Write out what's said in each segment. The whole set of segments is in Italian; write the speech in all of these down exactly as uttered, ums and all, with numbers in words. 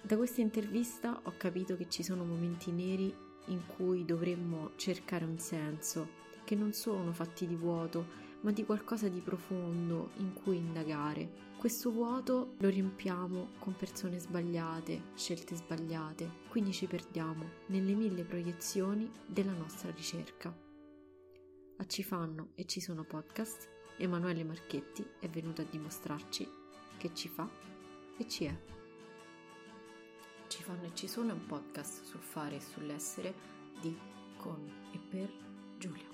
Da questa intervista ho capito che ci sono momenti neri in cui dovremmo cercare un senso, che non sono fatti di vuoto, ma di qualcosa di profondo in cui indagare. Questo vuoto lo riempiamo con persone sbagliate, scelte sbagliate, quindi ci perdiamo nelle mille proiezioni della nostra ricerca. A Ci fanno e ci sono podcast, Emanuele Marchetti è venuto a dimostrarci che ci fa e ci è. Ci fanno e ci sono è un podcast sul fare e sull'essere di, con e per Giulia.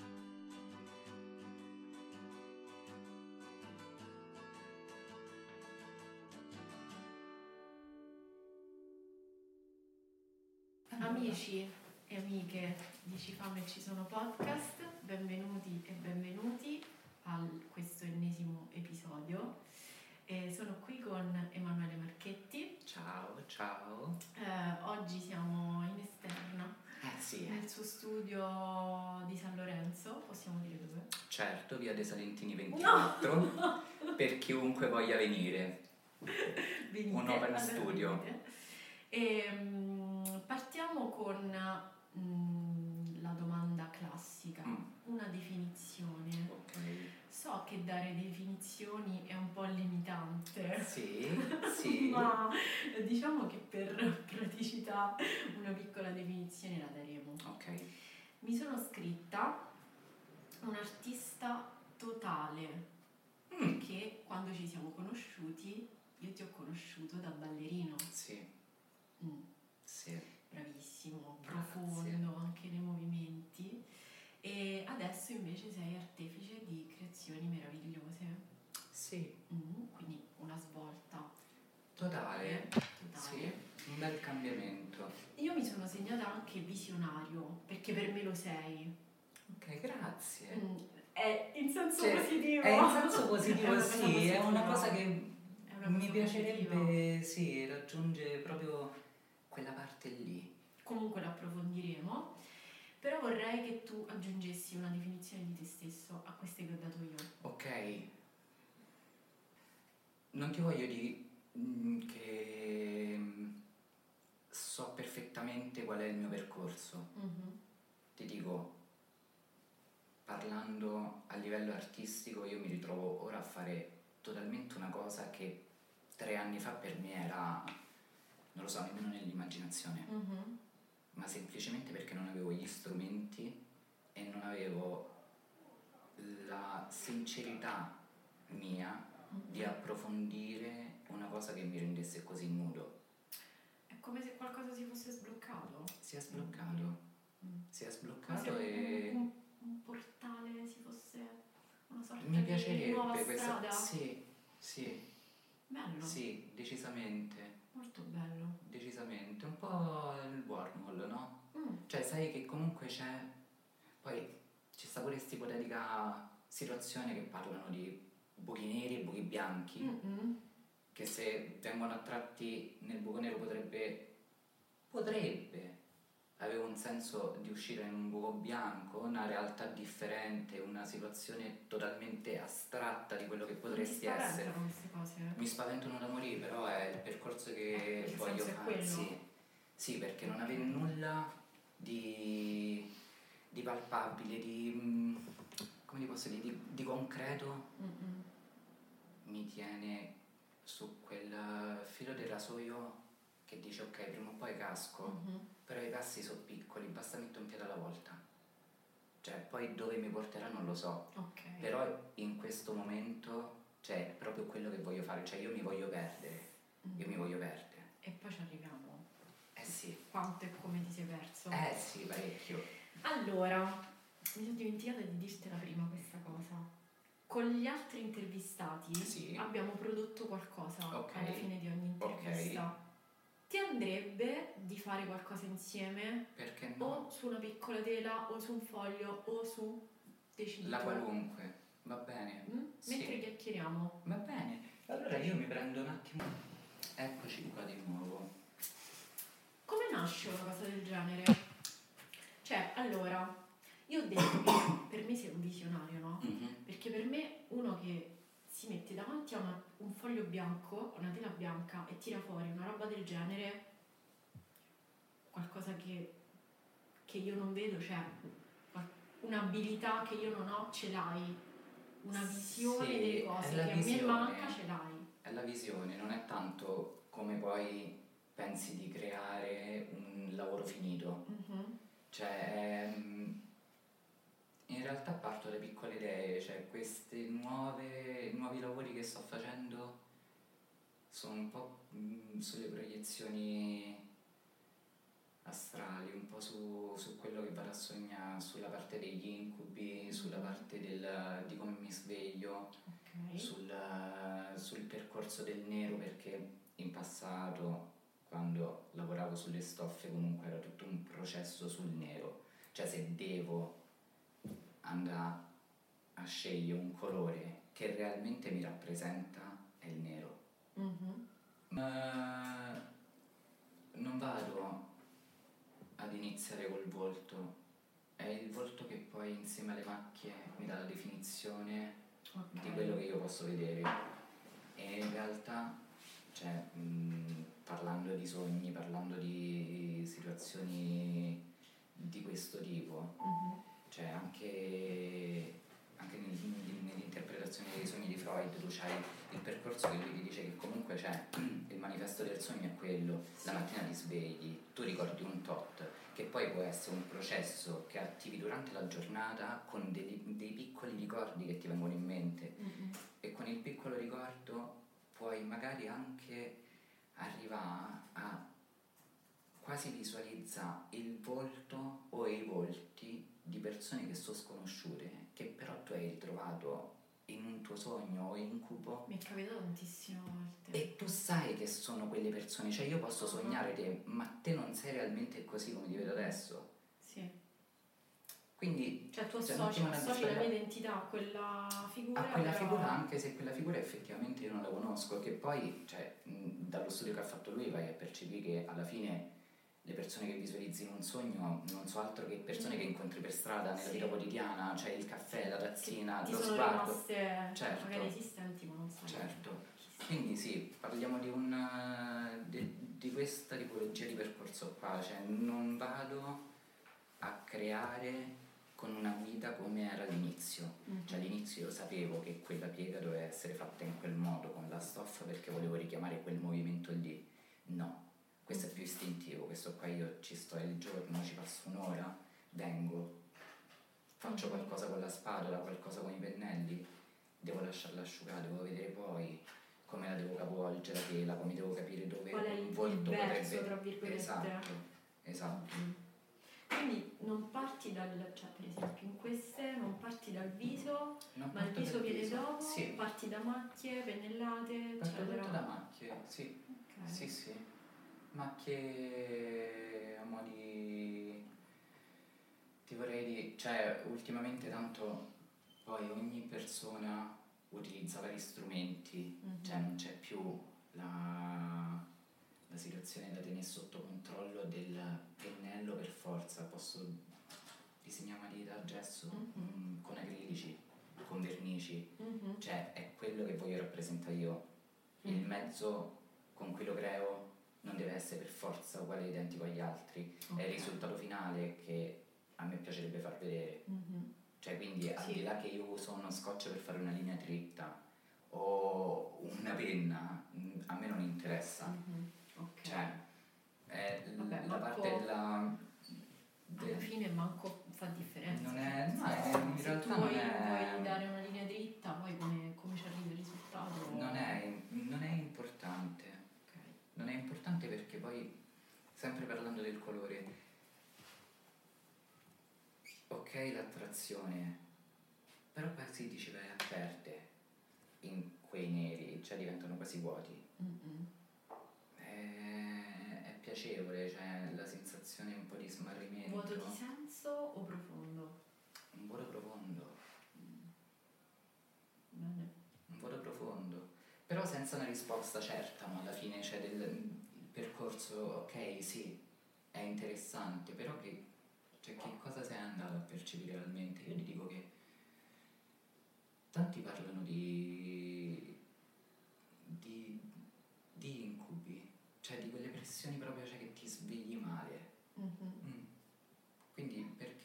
Amici e amiche di Ci fanno e ci sono podcast, benvenuti e benvenuti a questo ennesimo episodio. E sono qui con Emanuele Marchetti. Ciao, ciao. Eh, oggi siamo in esterna, Eh sì. nel suo studio di San Lorenzo, possiamo dire dove? Certo, via dei Salentini ventiquattro, no! Per chiunque voglia venire. Venite, un open allora studio. Venite. E, um, partiamo con um, la domanda classica, mm. una definizione. Ok. So che dare definizioni è un po' limitante. Sì, sì. Ma diciamo che per praticità una piccola definizione la daremo. Ok. Mi sono scritta un artista totale, mm. perché quando ci siamo conosciuti io ti ho conosciuto da ballerino. Sì. Mm. Sì. Bravissimo, Grazie. Profondo anche nei movimenti. E adesso invece sei artefice di creazioni meravigliose. Sì. Mm, quindi una svolta totale. totale. Sì, un bel cambiamento. Io mi sono segnata anche visionario, perché per me lo sei. Ok, grazie. Mm, è in senso cioè, positivo. È in senso positivo, è una sì, positiva. È una cosa che una mi cosa piacerebbe, positiva. sì, raggiungere proprio quella parte lì. Comunque lo approfondiremo. Però vorrei che tu aggiungessi una definizione di te stesso a queste che ho dato io. Ok. Non ti voglio dire che so perfettamente qual è il mio percorso. Mm-hmm. Ti dico, parlando a livello artistico, io mi ritrovo ora a fare totalmente una cosa che tre anni fa per me era, non lo so, nemmeno nell'immaginazione. Mm-hmm. Ma semplicemente perché non avevo gli strumenti e non avevo la sincerità mia mm-hmm. di approfondire una cosa che mi rendesse così nudo. È come se qualcosa si fosse sbloccato. Si è sbloccato, mm. si è sbloccato come e... Un, un, un portale si fosse una sorta mi di piacerebbe nuova questa... strada. Sì, sì. Bello. Sì, decisamente. Molto bello. Decisamente, un po' il wormhole, no? Mm. Cioè sai che comunque c'è, poi ci sta pure questa ipotetica situazione che parlano di buchi neri e buchi bianchi, mm-hmm. che se vengono attratti nel buco nero potrebbe, potrebbe avere un senso di uscire in un buco bianco, una realtà differente, una situazione totalmente astratta di quello che potresti essere. Mi spaventano queste cose? Mi spaventano da morire, però è il percorso che eh, voglio fare. Sì. Sì, perché non avere nulla di, di palpabile, di, come ti posso dire, di, di concreto Mm-mm. mi tiene su quel filo del rasoio che dice ok, prima o poi casco, mm-hmm. però i passi sono piccoli, basta mettere un piede alla volta. Cioè, poi dove mi porterà non lo so, okay. Però in questo momento, cioè, è proprio quello che voglio fare, cioè io mi voglio perdere, mm. io mi voglio perdere. E poi ci arriviamo. Eh sì. Quanto e come ti sei perso? Eh sì, parecchio. Allora, mi sono dimenticata di dirtela prima questa cosa. Con gli altri intervistati sì. abbiamo prodotto qualcosa okay. alla fine di ogni intervista. Okay. Ti andrebbe di fare qualcosa insieme? Perché no? O su una piccola tela, o su un foglio, o su... Decidi La tu. qualunque, va bene. Mm? Sì. Mentre chiacchieriamo. Va bene. Allora io mi prendo un attimo... Eccoci qua di nuovo. Come nasce una cosa del genere? Cioè, allora, io ho detto che per me sei un visionario, no? Mm-hmm. Perché per me uno che si mette davanti a una, un foglio bianco, una tela bianca e tira fuori una roba del genere qualcosa che, che io non vedo, cioè un'abilità che io non ho, ce l'hai, una visione sì, delle cose che visione, a me manca, ce l'hai. È la visione, non è tanto come poi pensi di creare un lavoro finito. Mm-hmm. Cioè, in realtà parto da piccole idee, cioè questi nuovi lavori che sto facendo sono un po' mh, sulle proiezioni astrali, un po' su, su quello che vado a sognare, sulla parte degli incubi, sulla parte del, di come mi sveglio, okay. sul, sul percorso del nero, perché in passato, quando lavoravo sulle stoffe, comunque era tutto un processo sul nero, cioè se devo andare a scegliere un colore che realmente mi rappresenta è il nero. Mm-hmm. Ma non vado ad iniziare col volto, è il volto che poi insieme alle macchie mi dà la definizione, okay. di quello che io posso vedere. E in realtà, cioè, mh, parlando di sogni, parlando di situazioni di questo tipo, mm-hmm. cioè anche, anche nel, nell'interpretazione dei sogni di Freud tu c'hai il percorso che lui ti dice che comunque c'è il manifesto del sogno è quello, la mattina ti svegli, tu ricordi un tot, che poi può essere un processo che attivi durante la giornata con dei, dei piccoli ricordi che ti vengono in mente, mm-hmm. e con il piccolo ricordo puoi magari anche arrivare a quasi visualizzare il volto o i volti di persone che sono sconosciute, che però tu hai ritrovato in un tuo sogno o incubo. Mi è capitato tantissime volte. E tu sai che sono quelle persone, cioè io posso sognare te, ma te non sei realmente così come ti vedo adesso. Sì. Quindi cioè tu associ, associ la mia identità a quella figura. A quella però... figura, anche se quella figura effettivamente io non la conosco, che poi, cioè, mh, dallo studio che ha fatto lui vai a percepire che alla fine le persone che visualizzi in un sogno non so altro che persone mm. che incontri per strada nella sì. vita quotidiana, cioè il caffè, la tazzina, ti lo sono sguardo. Rimaste, certo. magari esistenti ma non sai. Certo. Quindi sì, parliamo di un di, di questa tipologia di percorso qua, cioè non vado a creare con una guida come era all'inizio, mm-hmm. cioè all'inizio io sapevo che quella piega doveva essere fatta in quel modo con la stoffa perché volevo richiamare quel movimento lì. No, questo mm-hmm. è più istintivo, questo qua io ci sto il giorno, ci passo un'ora, vengo, faccio mm-hmm. qualcosa con la spatola, qualcosa con i pennelli, devo lasciarla asciugare, devo vedere poi come la devo capovolgere la tela, come devo capire dove qual è il volto verso, potrebbe... tra virgolette. Esatto, esatto. Mm-hmm. Quindi non parti dal, cioè per esempio in queste non parti dal viso, non ma il viso viene viso. dopo, sì. parti da macchie, pennellate, parto tutto da macchie, sì. Okay. Sì, sì. Macchie a mo' di... ti vorrei dire, cioè ultimamente tanto poi ogni persona utilizza vari strumenti, mm-hmm. cioè non c'è più la... la situazione da tenere sotto controllo del pennello per forza, posso disegnare matita a gesso, mm-hmm. mh, con acrilici, con vernici, mm-hmm. cioè è quello che voglio rappresentare io, mm-hmm. il mezzo con cui lo creo non deve essere per forza uguale e identico agli altri, okay. è il risultato finale che a me piacerebbe far vedere, mm-hmm. cioè quindi sì. al di là che io uso uno scotch per fare una linea dritta o una penna, mh, a me non interessa. Mm-hmm. Okay. Cioè, è Vabbè, la parte della... De... Alla fine manco fa differenza. Non è... No, è in se realtà tu vuoi, non è... vuoi dare una linea dritta, poi come, come ci arrivi il risultato? Non è, non è importante. Okay. Non è importante perché poi, sempre parlando del colore, ok l'attrazione, però poi si dice vai a perdere in quei neri, cioè diventano quasi vuoti. Mm-hmm. Piacevole, cioè la sensazione un po' di smarrimento. Vuoto di senso o profondo? Un vuoto profondo. Mm. Bene. Un vuoto profondo. Però senza una risposta certa, ma alla fine c'è del il percorso, ok, sì, è interessante, però che, cioè, che cosa sei andato a percepire realmente? Io ti dico che tanti parlano di di, di incubi, cioè di quelle pressioni proprio, cioè che ti svegli male,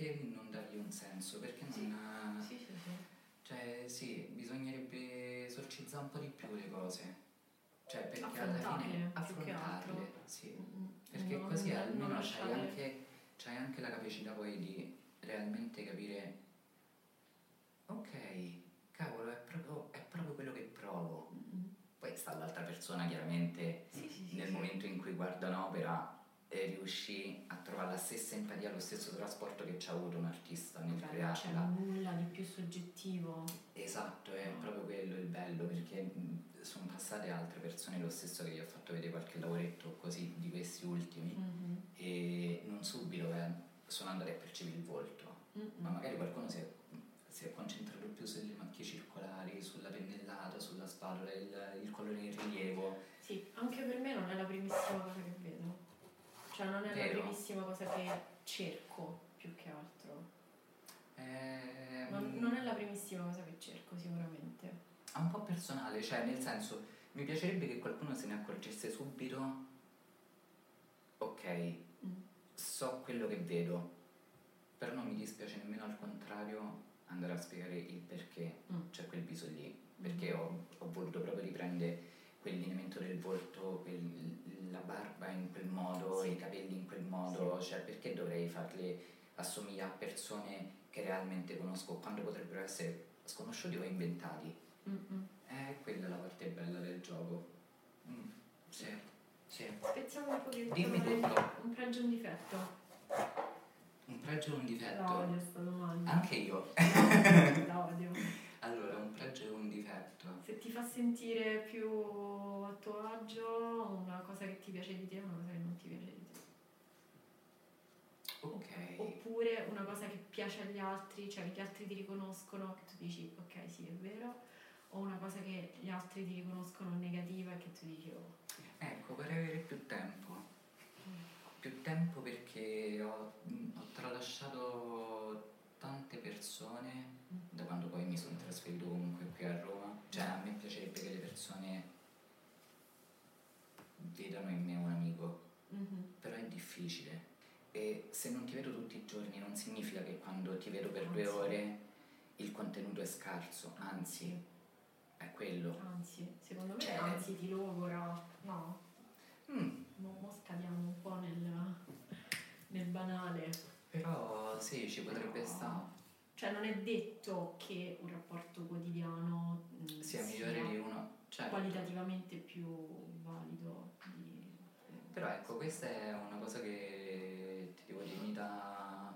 perché non dargli un senso? Perché non... Sì. ha- Sì, sì, sì. Cioè sì, bisognerebbe esorcizzare un po' di più le cose. Cioè perché alla Affrontarle, fine più che affrontarle, altro. sì. Mm, mm. Perché Non- così non almeno c'hai lasciare- anche, c'hai anche la capacità poi di realmente capire, ok, cavolo, è proprio, è proprio quello che provo. Mm, mm. Poi sta l'altra persona chiaramente Sì, sì, sì, nel sì. momento in cui guarda un'opera e riuscì a trovare la stessa empatia, lo stesso trasporto che ci ha avuto un artista nel Beh, non c'è crearla. nulla di più soggettivo. Esatto, è proprio quello il bello, perché mh, sono passate altre persone lo stesso che gli ho fatto vedere qualche lavoretto così di questi ultimi Mm, e non subito eh, sono andati a percepire il volto, mm, ma mm. magari qualcuno si è, si è concentrato più sulle macchie circolari, sulla pennellata, sulla spatola, il, il colore in rilievo. Sì, anche per me non è la primissima cosa che vedo. Cioè non è Vero. la primissima cosa che cerco, più che altro. Ehm, Non, non è la primissima cosa che cerco, sicuramente. È un po' personale, cioè nel senso, mi piacerebbe che qualcuno se ne accorgesse subito, ok, Mm. so quello che vedo, però non mi dispiace nemmeno al contrario andare a spiegare il perché Mm. c'è quel viso lì, perché ho, ho voluto proprio riprendere quel lineamento del volto, quel- la barba in quel modo, Sì. i capelli in quel modo, cioè perché dovrei farli assomigliare a persone che realmente conosco quando potrebbero essere sconosciuti o inventati. Mm-mm. È quella la parte bella del gioco. Mm, sì, sì. Spezziamo un pochettino Dimmi nel- tutto. un pregio e un difetto. Un pregio e un difetto. La odio sta domanda. Anche io. La odio. Allora, un pregio e un difetto. Se ti fa sentire più a tuo agio, una cosa che ti piace di te e una cosa che non ti piace di te. Ok. Oppure una cosa che piace agli altri, cioè che gli altri ti riconoscono, che tu dici ok sì è vero, o una cosa che gli altri ti riconoscono negativa e che tu dici oh. Ecco, vorrei avere più tempo. Più tempo perché ho, ho tralasciato tante persone da quando poi mi sono trasferito comunque qui a Roma. Cioè a me piacerebbe che le persone vedano in me un amico, Mm-hmm. però è difficile. E se non ti vedo tutti i giorni non significa che quando ti vedo per due Anzi. ore il contenuto è scarso, anzi, è quello. Anzi, secondo me Cioè- anzi ti logora, no? Mm, Mo, mo scadiamo un po' nel, nel banale. però sì, ci potrebbe Però- stare. Cioè non è detto che un rapporto quotidiano mm, Sia migliore di uno. Cioè, qualitativamente più valido di... però ecco, questa è una cosa che ti devo dire, mi dà.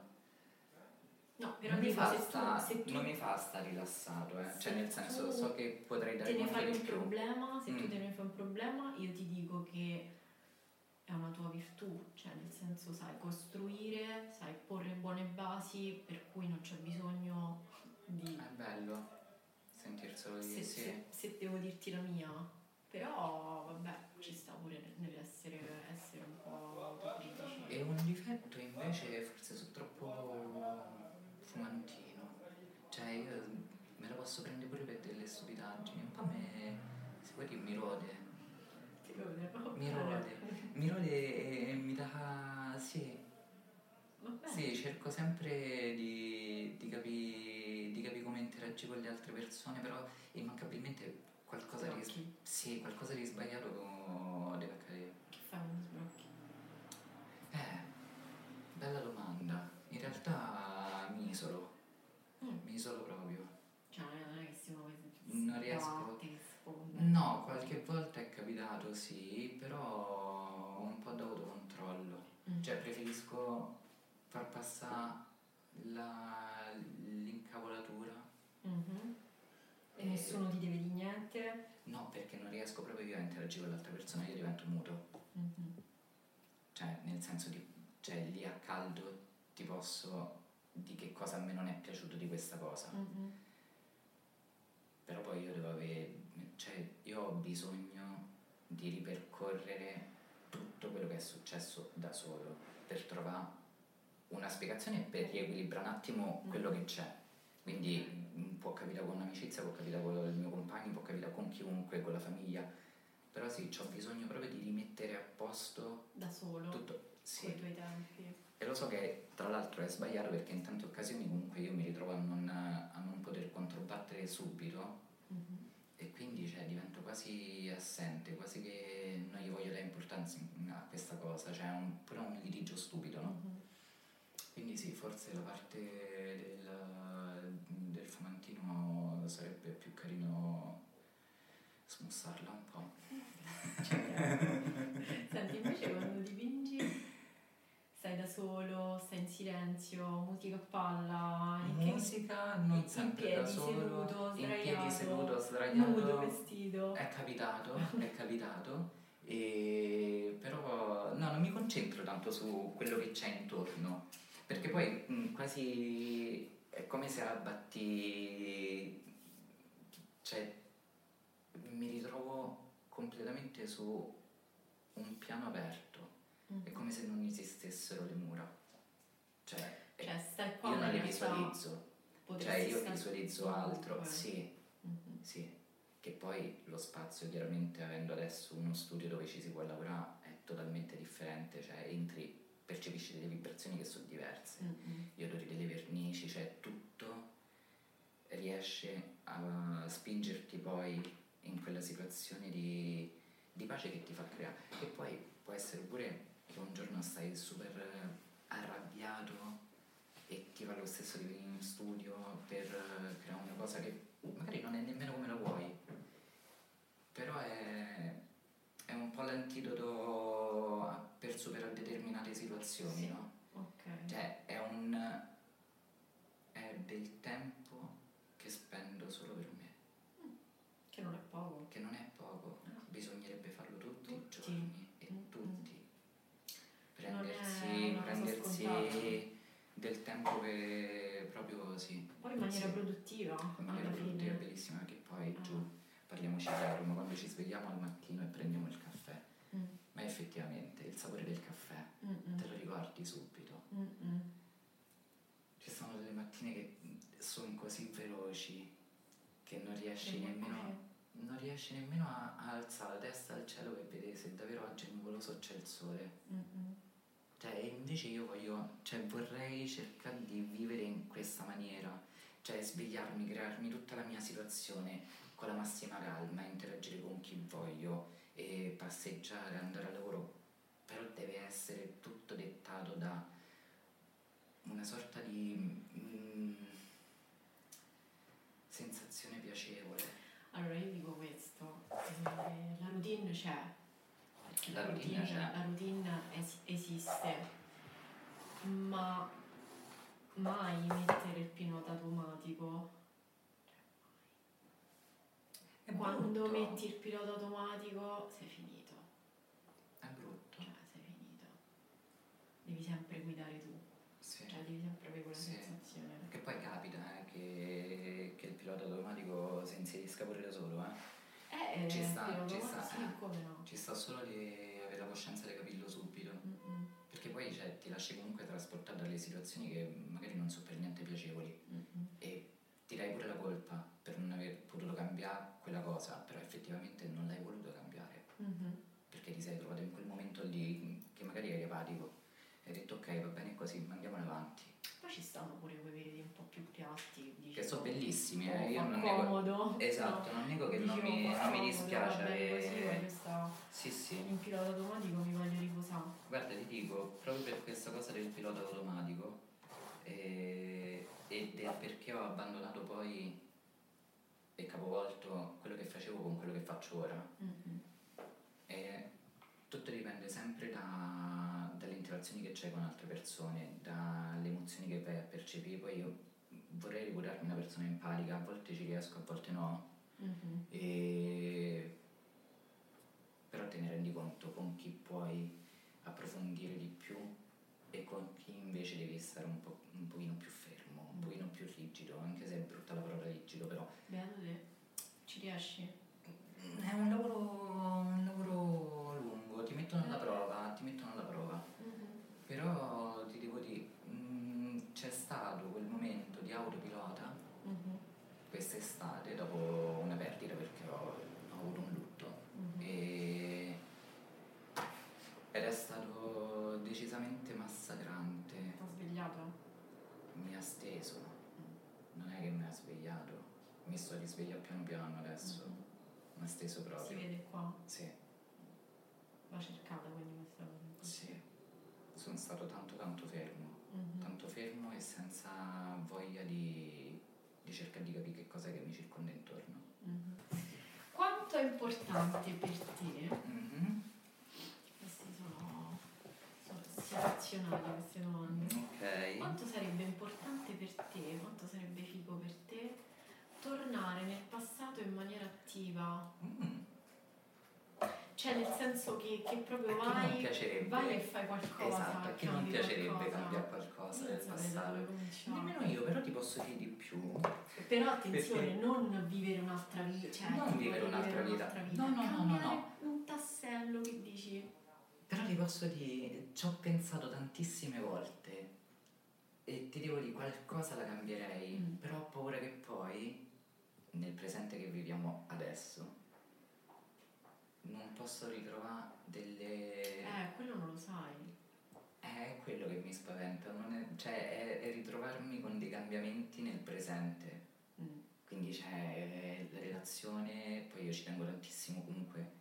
No, però Non mi, dico, fa se sta, tu, se tu non mi fa sta rilassato, eh. se Cioè nel senso tu so che potrei dare te ne molto fai di un più. problema, se tu Mm. te ne fai un problema, io ti dico che è una tua virtù, cioè nel senso sai costruire, sai porre buone basi, per cui non c'è bisogno di... È bello sentirselo Se, dire, sì. se, se devo dirti la mia, però vabbè, ci sta pure nell'essere essere un po' autocritici. E un difetto invece forse sono troppo fumantino. Cioè io me la posso prendere pure per delle stupidaggini. Un po' me, si può dire, mi rode. Ti rode, no? Mi rode. Mi rode e mi dà. Sì. Vabbè. Sì, cerco sempre di, di capire di capire come interagire con le altre persone, però immancabilmente qualcosa di, Sbrocchi. sì, qualcosa di sbagliato deve accadere. Che fai quando sbrocchi? Eh, bella domanda. In realtà mi isolo, Mm. mi isolo proprio. Cioè non è che siamo questi Non riesco- sbatti che sfonda. No, qualche volta è capitato, sì, però ho un po' d'autocontrollo. Mm. Cioè preferisco far passare la, l'incavolatura. Mhm. E E- nessuno ti deve di niente. No, perché non riesco proprio io a interagire con l'altra persona, io divento muto. Mhm. Cioè, nel senso di, cioè lì a caldo ti posso di che cosa a me non è piaciuto di questa cosa. Mhm. Però poi io devo avere, cioè io ho bisogno di ripercorrere tutto quello che è successo da solo per trovare una spiegazione e per riequilibrare un attimo quello che c'è. Quindi mh, può capitare con un'amicizia, può capitare con il mio compagno, può capitare con chiunque, con la famiglia. Però sì, ho bisogno proprio di rimettere a posto Da solo, tutto. con Sì. i tuoi tempi. E lo lo so che tra l'altro è sbagliato, perché in tante occasioni comunque io mi ritrovo a non, a non poter controbattere subito, mm-hmm. e quindi cioè, divento quasi assente, quasi che non gli voglio dare importanza a questa cosa, cioè è un, pure un litigio stupido, no? Mm-hmm. Quindi sì, forse la parte del, del fumantino sarebbe più carino smussarla un po'. Senti, invece quando dipingi stai da solo, stai in silenzio, musica a palla, in musica che... non sempre in piedi, da solo, seduto, in piedi seduto, sdraiato, nudo, vestito. È capitato, è capitato, e... però no, non mi concentro tanto su quello che c'è intorno, perché poi mh, quasi è come se abbatti, cioè mi ritrovo completamente su un piano aperto, mm. è come se non esistessero le mura, cioè, cioè stai qua, io non le visualizzo, cioè io visualizzo altro, poi. sì, mm-hmm. sì, che poi lo spazio, chiaramente avendo adesso uno studio dove ci si può lavorare, è totalmente differente, cioè entri, percepisci delle vibrazioni che sono diverse, mm-hmm. gli odori delle vernici, cioè tutto riesce a spingerti poi in quella situazione di, di pace che ti fa creare. E poi può essere pure che un giorno stai super arrabbiato e ti va lo stesso di venire in studio per creare una cosa che magari non è nemmeno come la vuoi, però è, è un po' l'antidoto per superare determinate situazioni, sì. no? Okay. Cioè è un è del tempo che spendo solo per me. Che non è poco. Che non è poco, no. Bisognerebbe farlo tutti, tutti. i giorni e mm. tutti. Prendersi, prendersi del tempo che proprio sì. Poi in maniera sì. produttiva. In maniera produttiva, bellissima, perché poi ah. giù, parliamoci chiaro, ma quando ci svegliamo al mattino e prendiamo il caffè, mm. ma effettivamente il sapore del caffè Mm-mm. te lo ricordi subito. Mm-mm. Ci sono delle mattine che sono così veloci che non riesci nemmeno non riesci nemmeno a, a alzare la testa al cielo per vedere se davvero oggi è nuvoloso o c'è il sole. Mm-hmm. Cioè invece io voglio, cioè vorrei cercare di vivere in questa maniera, cioè svegliarmi, crearmi tutta la mia situazione con la massima calma, interagire con chi voglio e passeggiare, andare al lavoro, però deve essere tutto dettato da una sorta di mm, sensazione piacevole. Allora io dico questo, eh, la routine c'è, la, la routine, routine c'è, la routine es- esiste, ma mai mettere il pilota automatico, è quando brutto. metti il pilota automatico sei finito, è brutto, cioè sei finito, devi sempre guidare tu, sì. cioè devi sempre avere quella sì. sensazione. Che poi capita eh, che, che il pilota automatico si inserisca pure da solo, eh? Eh, ci sta, ci sta, sì, eh. come no? Ci sta solo di avere la coscienza di capirlo subito. Mm-mm. Perché poi cioè, ti lasci comunque trasportare dalle situazioni che magari non sono per niente piacevoli. Mm-mm. E ti dai pure la colpa per non aver potuto cambiare quella cosa, però effettivamente non l'hai voluto cambiare. Mm-hmm. Perché ti sei trovato in quel momento lì che magari eri apatico e hai detto ok, va bene così, andiamone avanti. Poi ci stanno pure quei periodi un po' più piatti, dicevo, che sono bellissimi, eh. Oh, io non comodo. Nego, esatto, no, non nego che dicevo, non, mi, non mi dispiace. Così, e... questa... Sì, sì. In pilota automatico mi voglio riposare. Guarda, ti dico, proprio per questa cosa del pilota automatico eh, e del perché ho abbandonato poi e capovolto quello che facevo con quello che faccio ora. Mm-hmm. E tutto dipende sempre da, dalle interazioni che c'hai con altre persone, dalle emozioni che vai a percepire. Poi io vorrei reputarmi una persona empatica, a volte ci riesco, a volte no. Mm-hmm. E... però te ne rendi conto con chi puoi approfondire di più e con chi invece devi stare un po' un pochino più fermo, un pochino più rigido, anche se è brutta la parola rigido, però beato te, ci riesci? È un lavoro un lavoro lungo, ti mettono alla prova, ti mettono alla prova. Mm-hmm. Però ti devo dire, mh, c'è stato quel momento di autopilota mm-hmm. quest'estate dopo una perdita, perché ho, ho avuto un lutto. Mm-hmm. E ed è stato decisamente massacrante svegliato? Mi ha steso, non è che mi ha svegliato, mi sto risvegliando piano piano adesso, Mm-hmm. mi ha steso proprio. Si vede qua? Sì. Va cercata quindi questa cosa? Sì, sono stato tanto tanto fermo, mm-hmm. tanto fermo e senza voglia di, di cercare di capire che cosa è che mi circonda intorno. Mm-hmm. Quanto è importante per te? Mm-hmm. Queste sono, sono situazionali queste domande. Ok. Quanto sarebbe importante per te, quanto sarebbe figo per te tornare nel passato in maniera attiva? Mm. Cioè nel senso che, che proprio a vai, non vai e fai qualcosa. Esatto, a chi non piacerebbe qualcosa. cambiare qualcosa del passato. Nemmeno io, però ti posso dire di più. Però attenzione, perché non vivere un'altra vita, cioè non vivere un'altra, vivere vita. un'altra vita. No, no, no, no, no. Un tassello che dici. Però ti posso dire, ci ho pensato tantissime volte e ti devo dire qualcosa la cambierei, mm. però ho paura che poi, nel presente che viviamo adesso, non posso ritrovare delle... Eh, quello non lo sai. È quello che mi spaventa, non è, cioè è, è ritrovarmi con dei cambiamenti nel presente. Mm. Quindi c'è la relazione, poi io ci tengo tantissimo comunque,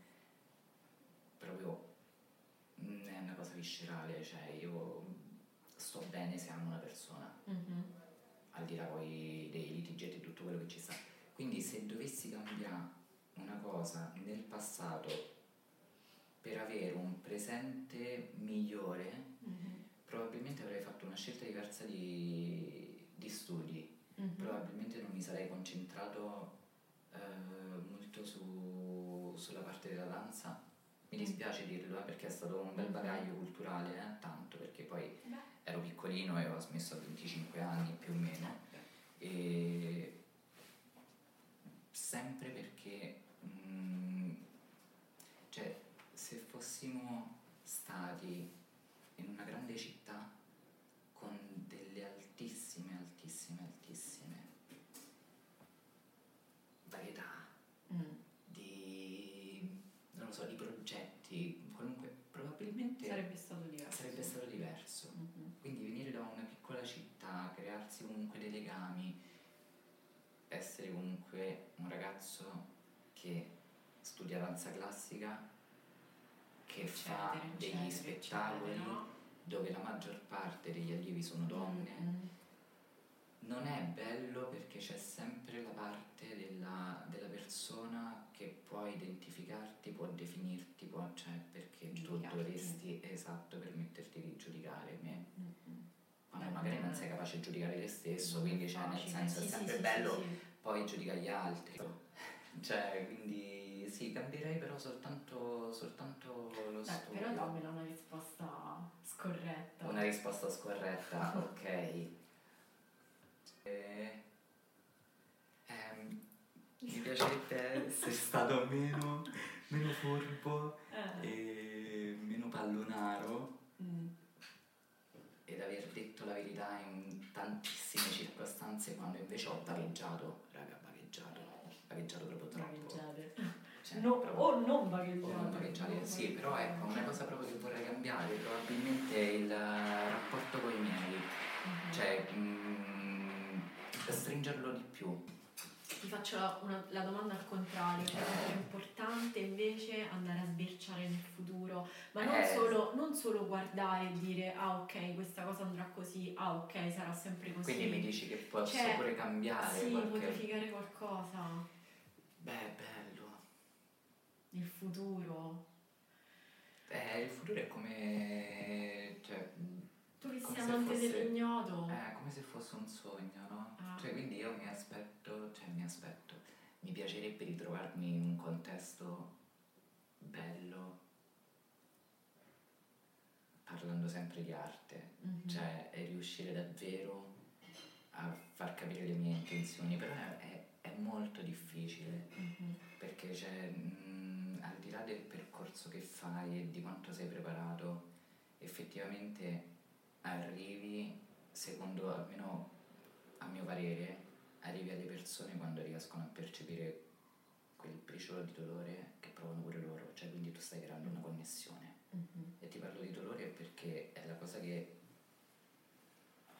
proprio è una cosa viscerale, cioè io sto bene se amo una persona, mm-hmm. al di là poi dei litigi e tutto quello che ci sta. Quindi se dovessi cambiare una cosa nel passato per avere un presente migliore, mm-hmm. probabilmente avrei fatto una scelta diversa di, di studi, mm-hmm. probabilmente non mi sarei concentrato eh, molto su, sulla parte della danza. Mi dispiace dirlo eh, perché è stato un bel bagaglio culturale, eh, tanto perché poi Beh. ero piccolino e ho smesso a venticinque anni più o meno, e sempre perché mh, cioè se fossimo stati in una grande città con delle altissime, altissime, altissime varietà mm. di, non lo so, di progetti, comunque probabilmente sarebbe stato diverso. Sarebbe stato diverso. Mm-hmm. Quindi venire da una piccola città, crearsi comunque dei legami, essere comunque un ragazzo che studia danza classica, che eccetera, fa degli eccetera, spettacoli eccetera. Dove la maggior parte degli allievi sono donne, mm-hmm. non è bello perché c'è sempre la parte della, della persona che può identificarti, può definirti, può, cioè perché tu dovresti, esatto, permetterti di giudicare me. Mm-hmm. Quando Beh, magari non sei capace di giudicare te stesso, quindi cioè, nel senso sì, è sempre sì, bello sì, sì. poi giudicare gli altri. Cioè, quindi sì, cambierei però soltanto, soltanto lo Beh, studio. però dammela una risposta scorretta. Una risposta scorretta, ok. Eh, ehm, mi piacerebbe essere stato meno, meno furbo eh. e meno pallonaro mm. ed aver detto la verità in tantissime circostanze quando invece ho vagheggiato, raga, vagheggiato, vagheggiato proprio troppo. Cioè, no, proprio, o non vagheggiare. O non vagheggiare, sì, però ecco, una cosa proprio che vorrei cambiare probabilmente è il rapporto con i miei, mm-hmm. cioè mh, stringerlo di più. Ti faccio la, una, la domanda al contrario, cioè è importante invece andare a sbirciare nel futuro, ma non, eh. solo, non solo guardare e dire ah ok questa cosa andrà così, ah ok sarà sempre così. Quindi mi dici che posso cioè, pure cambiare? Sì, qualche... modificare qualcosa. Beh, bello. Il futuro. Eh, il futuro è come... cioè... Tu che sei amante dell'ignoto. È come se fosse un sogno, no? Ah. Cioè, quindi io mi aspetto, cioè mi aspetto, mi piacerebbe ritrovarmi in un contesto bello, parlando sempre di arte, mm-hmm. cioè e riuscire davvero a far capire le mie intenzioni, però è, è, è molto difficile, mm-hmm. perché cioè, mh, al di là del percorso che fai e di quanto sei preparato, effettivamente arrivi, secondo almeno a mio parere, arrivi alle persone quando riescono a percepire quel briciolo di dolore che provano pure loro, cioè quindi tu stai creando una connessione. Mm-hmm. E ti parlo di dolore perché è la cosa che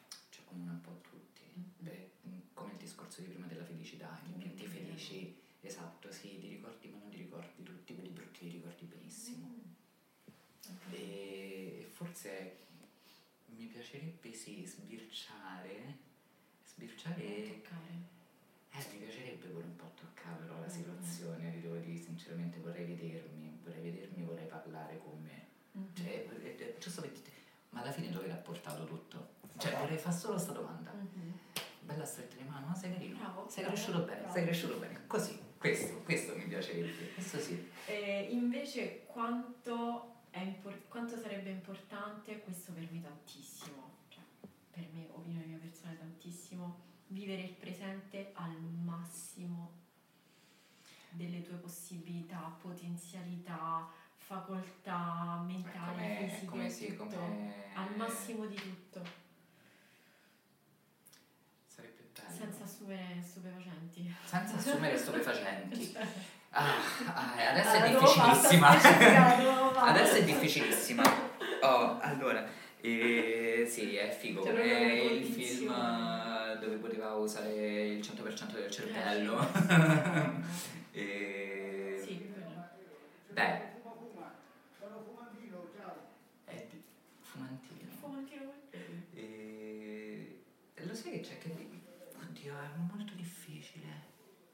discorso di prima della felicità, i momenti felici, esatto, sì, li ricordi ma non li ricordi tutti, quelli brutti li ricordi benissimo. Mm. E forse mi piacerebbe sì sbirciare, sbirciare... toccare. Eh, mi piacerebbe pure un po' toccare però la situazione, vi devo dire sinceramente, vorrei vedermi, vorrei vedermi, vorrei parlare con me. Mm-hmm. Cioè, eh, giusto per dire, ma alla fine dove l'ha portato tutto? Cioè, vorrei fare solo sta domanda. Mm-hmm. Bella stretta di mano, ma sei carino, bravo, sei bravo, cresciuto bene, bravo. sei cresciuto bene, così, questo, questo mi piacerebbe, questo sì. Eh, invece quanto, è impor- quanto sarebbe importante, questo per me tantissimo, cioè, per me, opinione mia personale tantissimo, vivere il presente al massimo delle tue possibilità, potenzialità, facoltà mentali, come, fisiche, come sì, tutto, come... al massimo di tutto. Sarebbe bello. Senza assumere stupefacenti. Senza assumere stupefacenti. Ah, ah, adesso ah, è difficilissima. Specificato, adesso è difficilissima. Oh, allora, eh, sì, è figo cioè, come il film dove poteva usare il cento per cento del cervello. e... Sì, quello. Beh. È di... Fumantino. Fumantino. E... Lo sai che c'è che... Oddio, è molto difficile.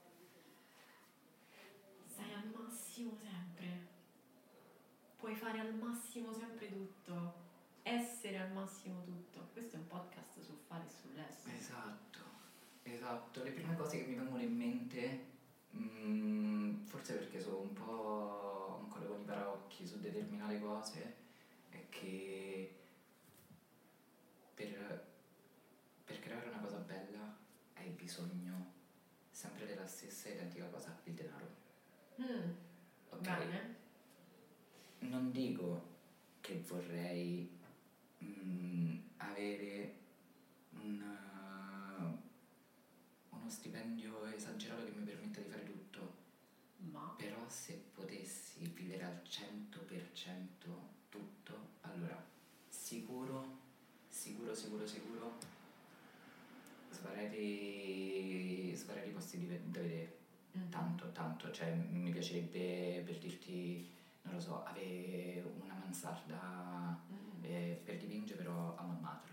Stai al massimo sempre. Puoi fare al massimo sempre tutto. Essere al massimo tutto. Questo è un podcast sul fare e sull'essere. Esatto, esatto. Le prime cose che mi vengono in mente, mh, forse perché sono un po' ancora con i paraocchi su determinate cose, è che per, per creare una cosa bella hai bisogno sempre della stessa identica cosa, il denaro. Mm, ok? Bene. Non dico che vorrei mh, avere una, uno stipendio esagerato che mi permetta di fare tutto, ma però se potessi vivere al cento per cento tutto, allora sicuro, sicuro, sicuro, sicuro svarare, svarare i posti di, da vedere. Mm-hmm. Tanto, tanto, cioè mi piacerebbe, per dirti, non lo so, avere una mansarda mm. eh, per dipingere però a Montmartre.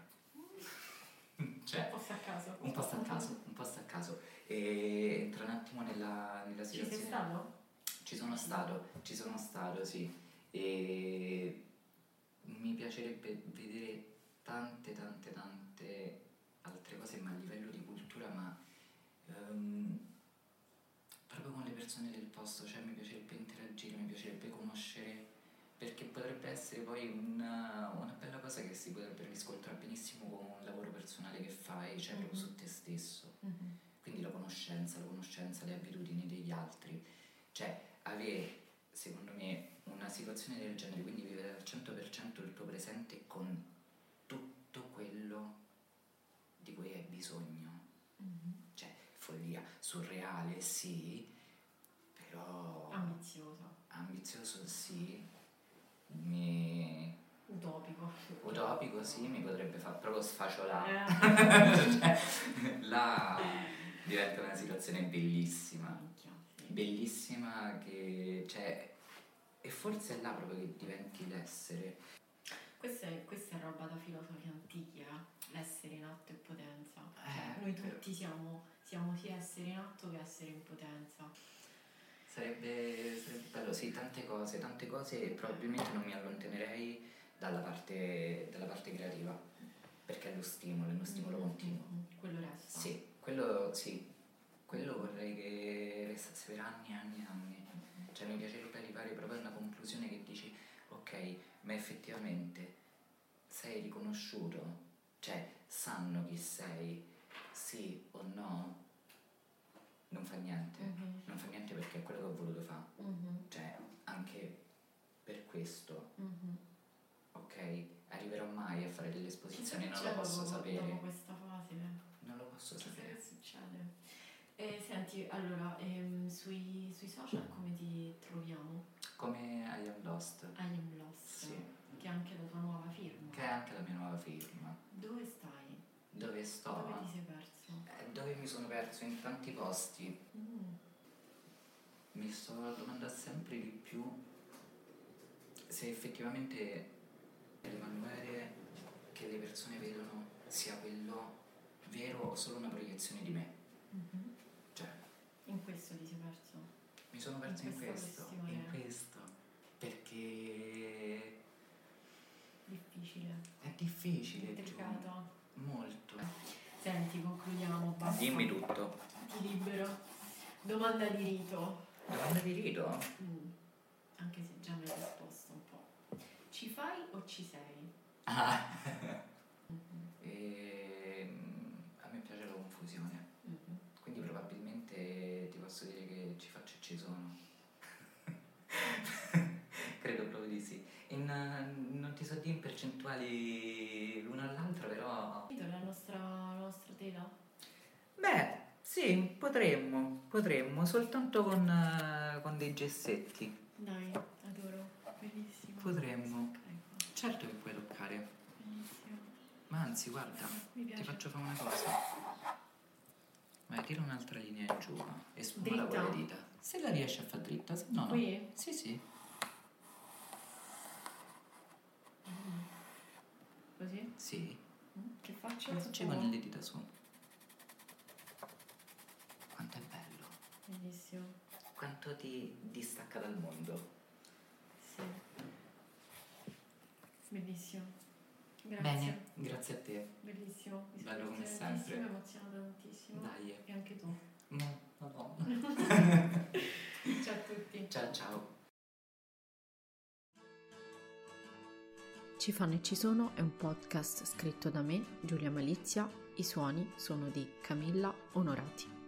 Cioè, un po' a caso. Un po' a caso, un po' a caso. E entra un attimo nella, nella situazione. Ci sei stato? Ci sono stato, ci sono stato, sì. E mi piacerebbe vedere tante, tante, tante altre cose, ma a livello di cultura, ma um, proprio con le persone del posto, cioè mi piacerebbe interagire, mi piacerebbe conoscere, perché potrebbe essere poi una, una bella cosa che si potrebbe riscontrare benissimo con un lavoro personale che fai, cioè proprio mm-hmm. su te stesso. Mm-hmm. Quindi la conoscenza, la conoscenza, le abitudini degli altri, cioè avere, secondo me, una situazione del genere, quindi vivere al cento per cento il tuo presente con tutto quello di cui hai bisogno. Mm-hmm. Cioè, follia, surreale, sì, però... Ambizioso. Ambizioso, sì. Mi... Utopico. Utopico, sì, mi potrebbe far proprio sfacciolare. Eh. Cioè, là diventa una situazione bellissima. Bellissima che... cioè, e forse è là proprio che diventi l'essere. Questa è, questa è roba da filosofi antichi, eh? L'essere in atto e potenza. Eh, cioè, noi però... tutti siamo, siamo sia essere in atto che essere in potenza. Sarebbe, sarebbe bello, sì, tante cose, tante cose e probabilmente non mi allontanerei dalla parte, dalla parte creativa, perché è lo stimolo, è uno stimolo mm-hmm. continuo. Quello resta. Sì, quello sì, quello vorrei che restasse per anni e anni e anni. Cioè mi piacerebbe arrivare proprio a una conclusione che dici, ok, ma effettivamente sei riconosciuto, cioè sanno chi sei, sì o no, non fa niente, mm-hmm. non fa niente perché è quello che ho voluto fare, mm-hmm. cioè anche per questo, mm-hmm. ok, arriverò mai a fare delle esposizioni, non lo posso dopo, sapere. Dopo questa fase, non lo posso Chissà sapere. Che succede? Eh, senti, allora, ehm, sui, sui social come ti troviamo? Come I Am Lost. I Am Lost, sì. Che è anche la tua nuova firma. Che è anche la mia nuova firma. Dove stai? Dove sto? Dove ti sei perso? Eh, dove mi sono perso in tanti posti. Mm. Mi sto domandando sempre di più se effettivamente l'Emanuele che le persone vedono sia quello vero o solo una proiezione di me. Mm-hmm. Cioè, in questo ti sei perso? Mi sono perso in, in questo, questione. in questo, perché difficile. È difficile. Intricata. Molto. Senti, concludiamo, basta. Dimmi tutto. Ti libero. Domanda di rito. Domanda di rito? Mm. Anche se già mi hai risposto un po'. Ci fai o ci sei? Ah. Mm-hmm. E, a me piace la confusione. Mm-hmm. Quindi probabilmente ti posso dire che ci faccio e ci sono. Credo proprio di sì. In, non ti so dire in percentuali l'uno all'altro, però... La nostra, la nostra tela? Beh, sì, potremmo, potremmo, soltanto con, uh, con dei gessetti. Dai, adoro, bellissimo. Potremmo. Certo che puoi toccare. Bellissimo. Ma anzi, guarda, Mi piace. ti faccio fare una cosa. Vai, tira un'altra linea in giù e sfumala con le dita. Se la riesci a far dritta, se no no. Qui? Sì, sì. Mm. Così? Sì. Mm. Che faccio? Che faccio con le dita su. Quanto è bello. Bellissimo. Quanto ti distacca dal mondo. Sì. Bellissimo. Grazie. Bene, grazie a te. Bellissimo. Mi Bello come sono sempre. emozionata tantissimo. Dai. E anche tu. No, no. Ciao a tutti. Ciao ciao. Ci fanno e ci sono è un podcast scritto da me, Giulia Malizia. I suoni sono di Camilla Onorati.